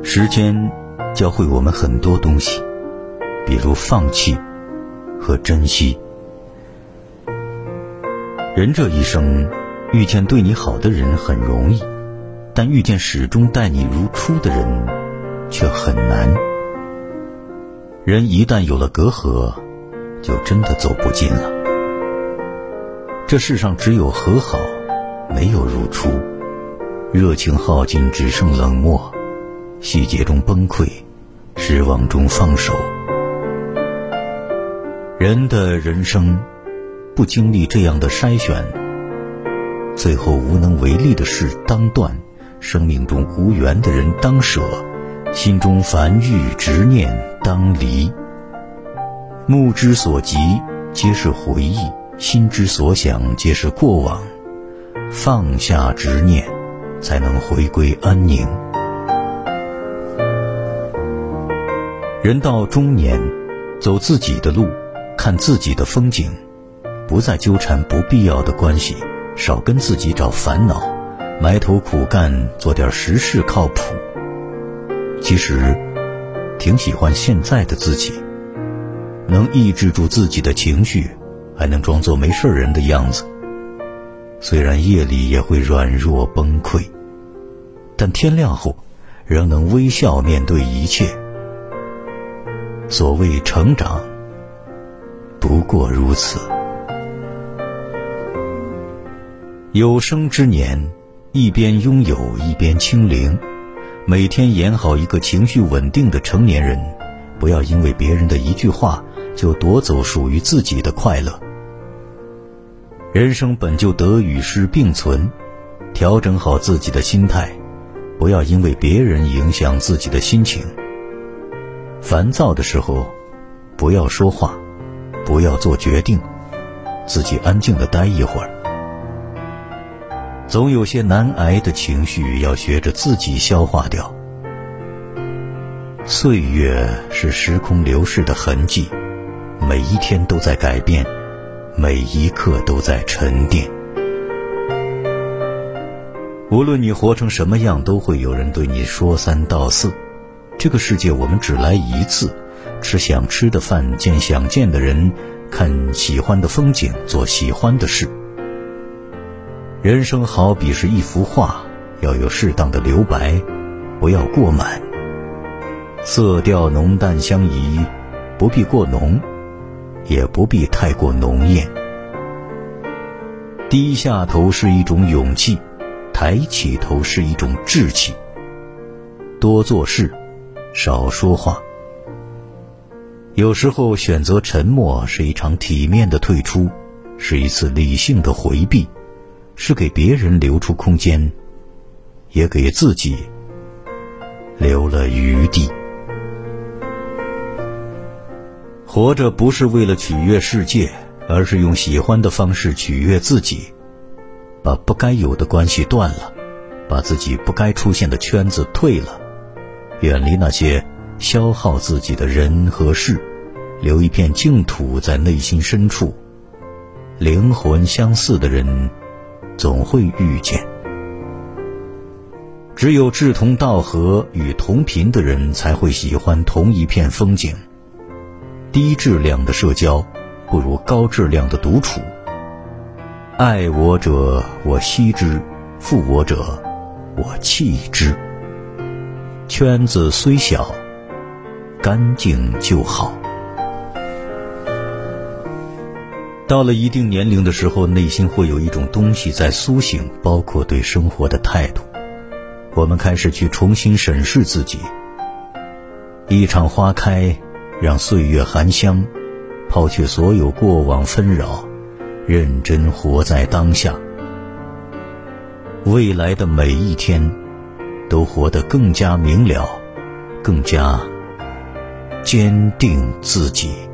时间教会我们很多东西，比如放弃和珍惜。人这一生，遇见对你好的人很容易，但遇见始终待你如初的人却很难。人一旦有了隔阂，就真的走不近了。这世上只有和好，没有如初。热情耗尽，只剩冷漠，细节中崩溃，失望中放手。人的人生不经历这样的筛选，最后无能为力的事当断，生命中无缘的人当舍，心中烦欲执念当离。目之所及皆是回忆，心之所想皆是过往。放下执念，才能回归安宁。人到中年，走自己的路，看自己的风景，不再纠缠不必要的关系，少跟自己找烦恼，埋头苦干，做点实事靠谱。其实挺喜欢现在的自己，能抑制住自己的情绪，还能装作没事人的样子。虽然夜里也会软弱崩溃，但天亮后仍能微笑面对一切。所谓成长，不过如此。有生之年，一边拥有一边清零，每天演好一个情绪稳定的成年人，不要因为别人的一句话就夺走属于自己的快乐。人生本就得与失并存，调整好自己的心态，不要因为别人影响自己的心情。烦躁的时候，不要说话，不要做决定，自己安静地待一会儿。总有些难挨的情绪要学着自己消化掉。岁月是时空流逝的痕迹，每一天都在改变，每一刻都在沉淀。无论你活成什么样，都会有人对你说三道四。这个世界我们只来一次，吃想吃的饭，见想见的人，看喜欢的风景，做喜欢的事。人生好比是一幅画，要有适当的留白，不要过满。色调浓淡相宜，不必过浓，也不必太过浓艳。低下头是一种勇气，抬起头是一种志气。多做事，少说话。有时候选择沉默是一场体面的退出，是一次理性的回避，是给别人留出空间，也给自己留了余地。活着不是为了取悦世界，而是用喜欢的方式取悦自己。把不该有的关系断了，把自己不该出现的圈子退了，远离那些消耗自己的人和事，留一片净土在内心深处。灵魂相似的人总会遇见，只有志同道合与同频的人才会喜欢同一片风景。低质量的社交不如高质量的独处。爱我者我惜之，负我者我弃之。圈子虽小，干净就好。到了一定年龄的时候，内心会有一种东西在苏醒，包括对生活的态度。我们开始去重新审视自己。一场花开，让岁月含香，抛却所有过往纷扰，认真活在当下。未来的每一天都活得更加明了，更加坚定自己。